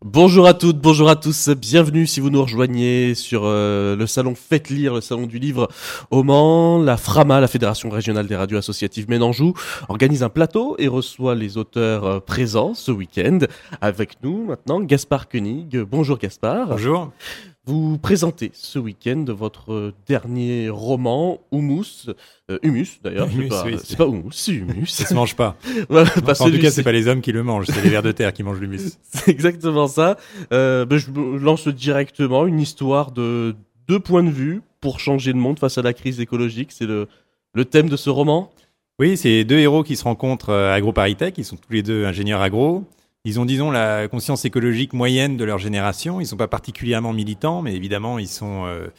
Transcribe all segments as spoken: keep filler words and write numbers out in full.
Bonjour à toutes, bonjour à tous, bienvenue si vous nous rejoignez sur euh, le salon Faites Lire, le salon du livre au Mans. La FRAMA, la Fédération Régionale des Radios Associatives Maine-Anjou, organise un plateau et reçoit les auteurs euh, présents ce week-end. Avec nous maintenant Gaspard Koenig. Bonjour Gaspard. Bonjour. Vous présentez ce week-end votre dernier roman, Humus, euh, Humus d'ailleurs, Humus, c'est pas, oui, c'est c'est... pas Humus, c'est Humus. Ça se mange pas. Voilà, enfin, pas en tout cas, c'est pas les hommes qui le mangent, c'est les vers de terre qui mangent l'humus. C'est exactement ça. Euh, ben, je me lance directement une histoire de deux points de vue pour changer le monde face à la crise écologique. C'est le, le thème de ce roman. Oui, c'est deux héros qui se rencontrent à AgroParisTech. Ils sont tous les deux ingénieurs agro. Ils ont, disons, la conscience écologique moyenne de leur génération. Ils ne sont pas particulièrement militants, mais évidemment, ils sont euh,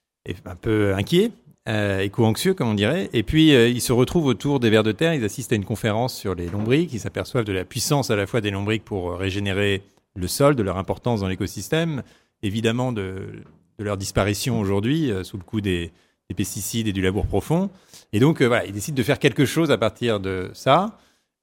un peu inquiets, euh, éco-anxieux, comme on dirait. Et puis, euh, ils se retrouvent autour des vers de terre. Ils assistent à une conférence sur les lombrics. Ils s'aperçoivent de la puissance à la fois des lombrics pour régénérer le sol, de leur importance dans l'écosystème, évidemment de, de leur disparition aujourd'hui euh, sous le coup des, des pesticides et du labour profond. Et donc, euh, voilà, ils décident de faire quelque chose à partir de ça.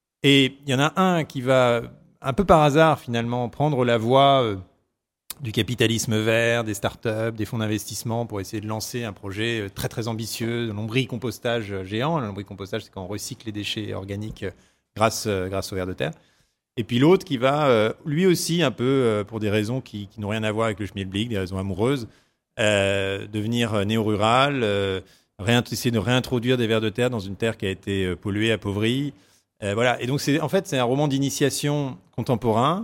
Et il y en a un qui va... un peu par hasard, finalement, prendre la voie euh, du capitalisme vert, des startups, des fonds d'investissement pour essayer de lancer un projet euh, très très ambitieux, de lombricompostage géant. Le lombricompostage, c'est quand on recycle les déchets organiques euh, grâce, euh, grâce aux vers de terre. Et puis l'autre qui va, euh, lui aussi, un peu euh, pour des raisons qui, qui n'ont rien à voir avec le schmilblick, des raisons amoureuses, euh, devenir néo-rural, euh, réint- essayer de réintroduire des vers de terre dans une terre qui a été euh, polluée, appauvrie. Euh, voilà. Et donc, c'est, en fait, c'est un roman d'initiation contemporain,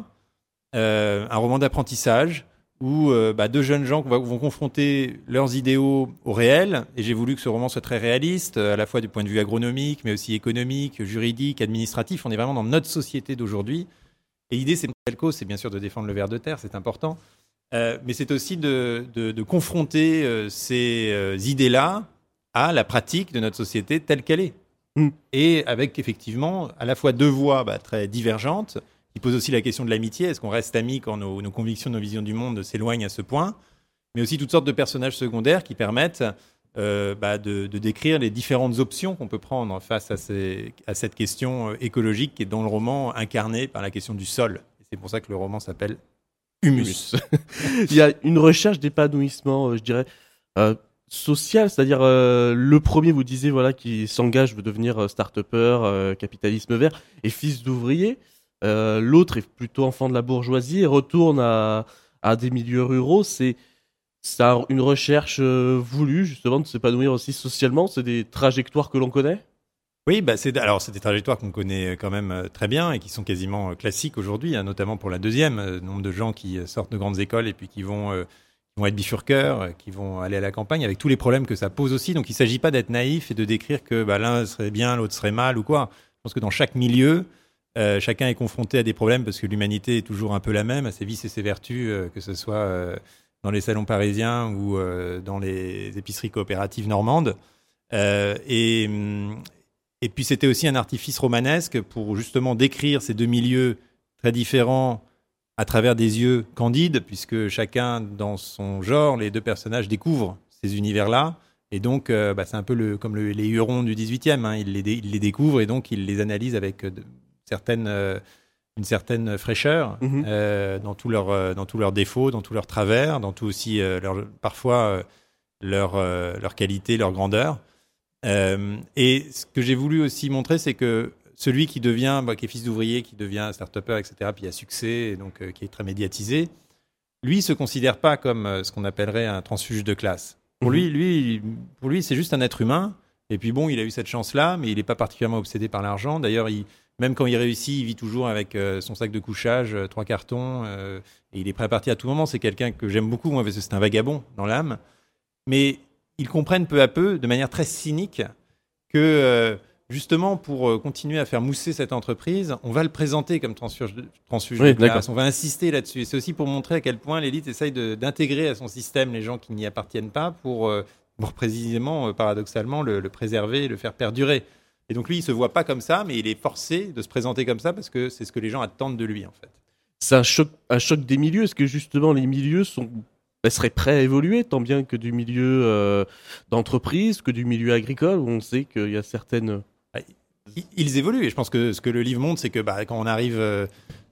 euh, un roman d'apprentissage où euh, bah, deux jeunes gens vont, vont confronter leurs idéaux au réel. Et j'ai voulu que ce roman soit très réaliste, à la fois du point de vue agronomique, mais aussi économique, juridique, administratif. On est vraiment dans notre société d'aujourd'hui. Et l'idée, c'est une cause, c'est bien sûr de défendre le ver de terre, c'est important. Euh, mais c'est aussi de, de, de confronter euh, ces euh, idées-là à la pratique de notre société telle qu'elle est. Mmh. Et avec effectivement à la fois deux voix bah, très divergentes, qui posent aussi la question de l'amitié. Est-ce qu'on reste amis quand nos, nos convictions, nos visions du monde s'éloignent à ce point ? Mais aussi toutes sortes de personnages secondaires qui permettent euh, bah, de, de décrire les différentes options qu'on peut prendre face à, ces, à cette question écologique qui est dans le roman incarnée par la question du sol. Et c'est pour ça que le roman s'appelle Humus. Il y a une recherche d'épanouissement, euh, je dirais, euh, social, c'est-à-dire euh, le premier, vous disiez, voilà, qui s'engage, veut devenir euh, start-upper, euh, capitalisme vert, et fils d'ouvrier. Euh, l'autre est plutôt enfant de la bourgeoisie et retourne à, à des milieux ruraux. C'est, c'est une recherche euh, voulue, justement, de s'épanouir aussi socialement. C'est des trajectoires que l'on connaît. Oui, bah c'est, alors c'est des trajectoires qu'on connaît quand même très bien et qui sont quasiment classiques aujourd'hui, hein, notamment pour la deuxième. Le nombre de gens qui sortent de grandes écoles et puis qui vont... Euh, qui vont être bifurqueurs, qui vont aller à la campagne, avec tous les problèmes que ça pose aussi. Donc il ne s'agit pas d'être naïf et de décrire que bah, l'un serait bien, l'autre serait mal ou quoi. Je pense que dans chaque milieu, euh, chacun est confronté à des problèmes parce que l'humanité est toujours un peu la même, à ses vices et ses vertus, euh, que ce soit euh, dans les salons parisiens ou euh, dans les épiceries coopératives normandes. Euh, et, et puis c'était aussi un artifice romanesque pour justement décrire ces deux milieux très différents à travers des yeux candides, puisque chacun, dans son genre, les deux personnages découvrent ces univers-là. Et donc, euh, bah, c'est un peu le, comme le, les Hurons du dix-huitième. Hein, ils, les dé, ils les découvrent et donc ils les analysent avec de, certaines, euh, une certaine fraîcheur mmh. euh, dans tous leurs euh, dans tous leurs défauts, dans tous leurs travers, dans tout aussi, euh, leur, parfois, euh, leur, euh, leur qualité, leur grandeur. Euh, et ce que j'ai voulu aussi montrer, c'est que celui qui devient, bah, qui est fils d'ouvrier, qui devient start-upper, et cetera, puis a succès, et donc euh, qui est très médiatisé, lui, il se considère pas comme euh, ce qu'on appellerait un transfuge de classe. Pour mmh. lui, lui, pour lui, c'est juste un être humain. Et puis bon, il a eu cette chance-là, mais il n'est pas particulièrement obsédé par l'argent. D'ailleurs, il, même quand il réussit, il vit toujours avec euh, son sac de couchage, euh, trois cartons, euh, et il est prêt à partir à tout moment. C'est quelqu'un que j'aime beaucoup, moi, parce que c'est un vagabond dans l'âme. Mais ils comprennent peu à peu, de manière très cynique, que euh, justement, pour continuer à faire mousser cette entreprise, on va le présenter comme transfuge de, transfuge oui, de classe. On va insister là-dessus. Et c'est aussi pour montrer à quel point l'élite essaye de, d'intégrer à son système les gens qui n'y appartiennent pas pour, euh, pour précisément, euh, paradoxalement, le, le préserver et le faire perdurer. Et donc lui, il ne se voit pas comme ça, mais il est forcé de se présenter comme ça parce que c'est ce que les gens attendent de lui, en fait. C'est un choc, un choc des milieux. Est-ce que justement les milieux sont... Elle serait prêt à évoluer, tant bien que du milieu euh, d'entreprise, que du milieu agricole, où on sait qu'il y a certaines... Ils évoluent, et je pense que ce que le livre montre, c'est que bah, quand on arrive euh,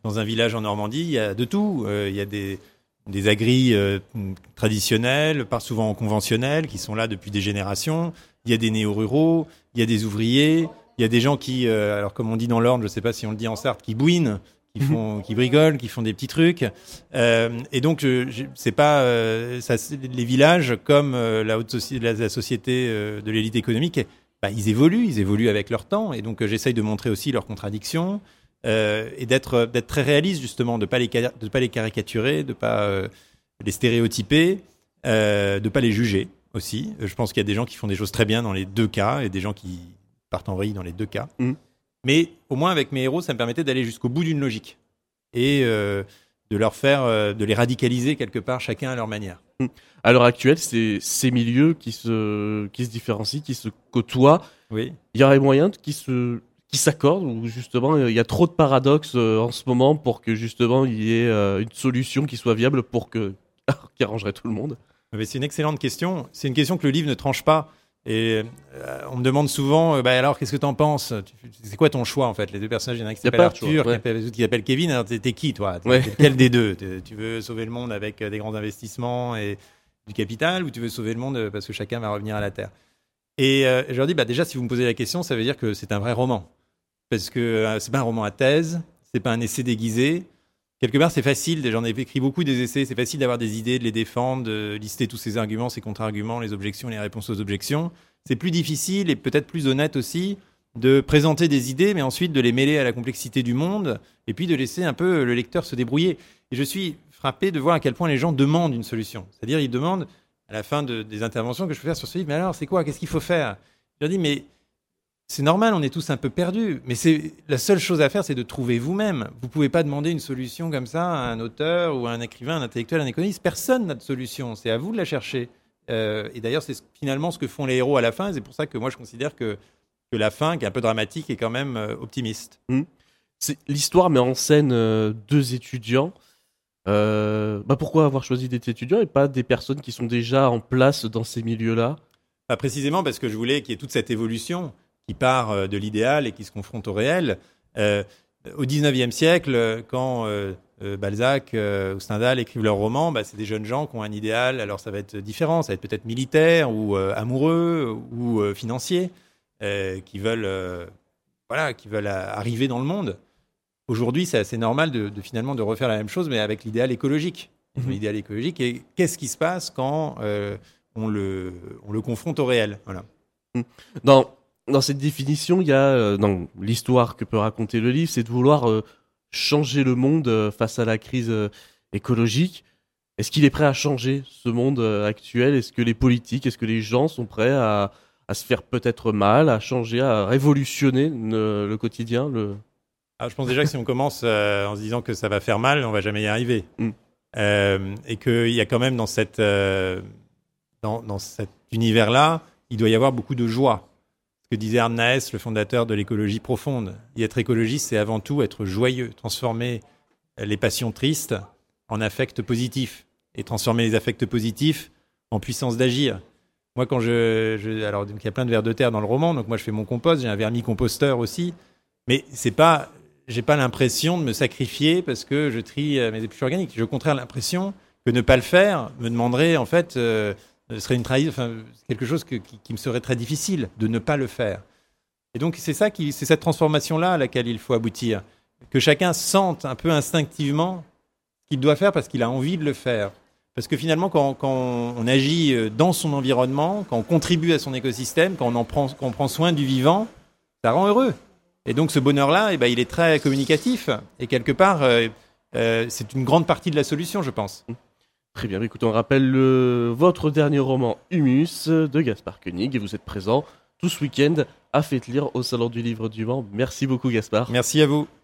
dans un village en Normandie, il y a de tout. Euh, il y a des, des agris euh, traditionnels, pas souvent conventionnels, qui sont là depuis des générations. Il y a des néo-ruraux, il y a des ouvriers, il y a des gens qui, euh, alors comme on dit dans l'Orne, je ne sais pas si on le dit en Sarthe, qui bouinent, qui font, qui brigolent, qui font des petits trucs. Euh, et donc, je, je, c'est pas euh, ça, c'est les villages comme euh, la haute soci- la, la société euh, de l'élite économique. Bah, ils évoluent, ils évoluent avec leur temps. Et donc, euh, j'essaye de montrer aussi leurs contradictions euh, et d'être d'être très réaliste justement, de pas les de pas les caricaturer, de pas euh, les stéréotyper, euh, de pas les juger aussi. Je pense qu'il y a des gens qui font des choses très bien dans les deux cas et des gens qui partent en vrille dans les deux cas. Mmh. Mais au moins, avec mes héros, ça me permettait d'aller jusqu'au bout d'une logique et euh, de leur faire, euh, de les radicaliser quelque part, chacun à leur manière. À l'heure actuelle, c'est ces milieux qui se, qui se différencient, qui se côtoient. Oui. Il y aurait moyen qui se, qui s'accordent ou justement il y a trop de paradoxes en ce moment pour que justement il y ait une solution qui soit viable pour que qui arrangerait tout le monde. Mais c'est une excellente question. C'est une question que le livre ne tranche pas. Et euh, on me demande souvent, euh, bah alors qu'est-ce que t'en penses ? C'est quoi ton choix en fait ? Les deux personnages, il y en a un qui s'appelle Arthur, ouais. qui s'appelle Kevin. Alors t'es, t'es qui toi ? T'es, ouais. t'es lequel des deux ? Tu veux sauver le monde avec des grands investissements et du capital, ou tu veux sauver le monde parce que chacun va revenir à la terre ? Et euh, je leur dis, bah déjà si vous me posez la question, ça veut dire que c'est un vrai roman, parce que euh, c'est pas un roman à thèse, c'est pas un essai déguisé. Quelque part, c'est facile, j'en ai écrit beaucoup des essais, c'est facile d'avoir des idées, de les défendre, de lister tous ces arguments, ces contre-arguments, les objections, les réponses aux objections. C'est plus difficile et peut-être plus honnête aussi de présenter des idées, mais ensuite de les mêler à la complexité du monde et puis de laisser un peu le lecteur se débrouiller. Et je suis frappé de voir à quel point les gens demandent une solution. C'est-à-dire, ils demandent, à la fin de, des interventions que je peux faire sur ce livre, mais alors, c'est quoi ? Qu'est-ce qu'il faut faire ? Je leur dis, mais c'est normal, on est tous un peu perdus, mais c'est la seule chose à faire, c'est de trouver vous-même. Vous pouvez pas demander une solution comme ça à un auteur ou à un écrivain, un intellectuel, un économiste. Personne n'a de solution. C'est à vous de la chercher. Euh, et d'ailleurs, c'est finalement ce que font les héros à la fin. Et c'est pour ça que moi, je considère que, que la fin, qui est un peu dramatique, est quand même euh, optimiste. Mmh. C'est, l'histoire met en scène euh, deux étudiants. Euh, bah pourquoi avoir choisi des étudiants et pas des personnes qui sont déjà en place dans ces milieux-là ? Bah, précisément parce que je voulais qu'il y ait toute cette évolution qui part de l'idéal et qui se confronte au réel. Euh, au dix-neuvième siècle, quand euh, euh, Balzac euh, ou Stendhal écrivent leurs romans, bah, c'est des jeunes gens qui ont un idéal. Alors ça va être différent, ça va être peut-être militaire ou euh, amoureux ou euh, financier, euh, qui veulent, euh, voilà, qui veulent arriver dans le monde. Aujourd'hui, c'est assez normal de, de finalement de refaire la même chose, mais avec l'idéal écologique. Mmh. L'idéal écologique. Et qu'est-ce qui se passe quand euh, on le, on le confronte au réel ? Voilà. Dans Dans cette définition, il y a euh, dans l'histoire que peut raconter le livre, c'est de vouloir euh, changer le monde euh, face à la crise euh, écologique. Est-ce qu'il est prêt à changer ce monde euh, actuel ? Est-ce que les politiques, est-ce que les gens sont prêts à, à se faire peut-être mal, à changer, à révolutionner le, le quotidien le... Alors, je pense déjà que si on commence euh, en se disant que ça va faire mal, on va jamais y arriver. Mm. Euh, et qu'il y a quand même dans, cette, euh, dans, dans cet univers-là, il doit y avoir beaucoup de joie. Ce que disait Arnaes, le fondateur de l'écologie profonde. Et être écologiste, c'est avant tout être joyeux, transformer les passions tristes en affects positifs et transformer les affects positifs en puissance d'agir. Moi, quand je, je alors donc il y a plein de vers de terre dans le roman, donc moi je fais mon compost, j'ai un vermicomposteur aussi, mais c'est pas, j'ai pas l'impression de me sacrifier parce que je trie mes épluches organiques. J'ai au contraire l'impression que ne pas le faire me demanderait en fait. Euh, Ce serait une trahison, enfin, quelque chose que, qui, qui me serait très difficile de ne pas le faire. Et donc, c'est ça qui, c'est cette transformation-là à laquelle il faut aboutir. Que chacun sente un peu instinctivement ce qu'il doit faire parce qu'il a envie de le faire. Parce que finalement, quand, quand on agit dans son environnement, quand on contribue à son écosystème, quand on, en prend, quand on prend soin du vivant, ça rend heureux. Et donc, ce bonheur-là, eh ben, il est très communicatif. Et quelque part, euh, euh, c'est une grande partie de la solution, je pense. Très bien, écoute, on rappelle le, votre dernier roman Humus de Gaspard Koenig et vous êtes présent tout ce week-end à Faites lire au Salon du Livre du Mans. Merci beaucoup Gaspard. Merci à vous.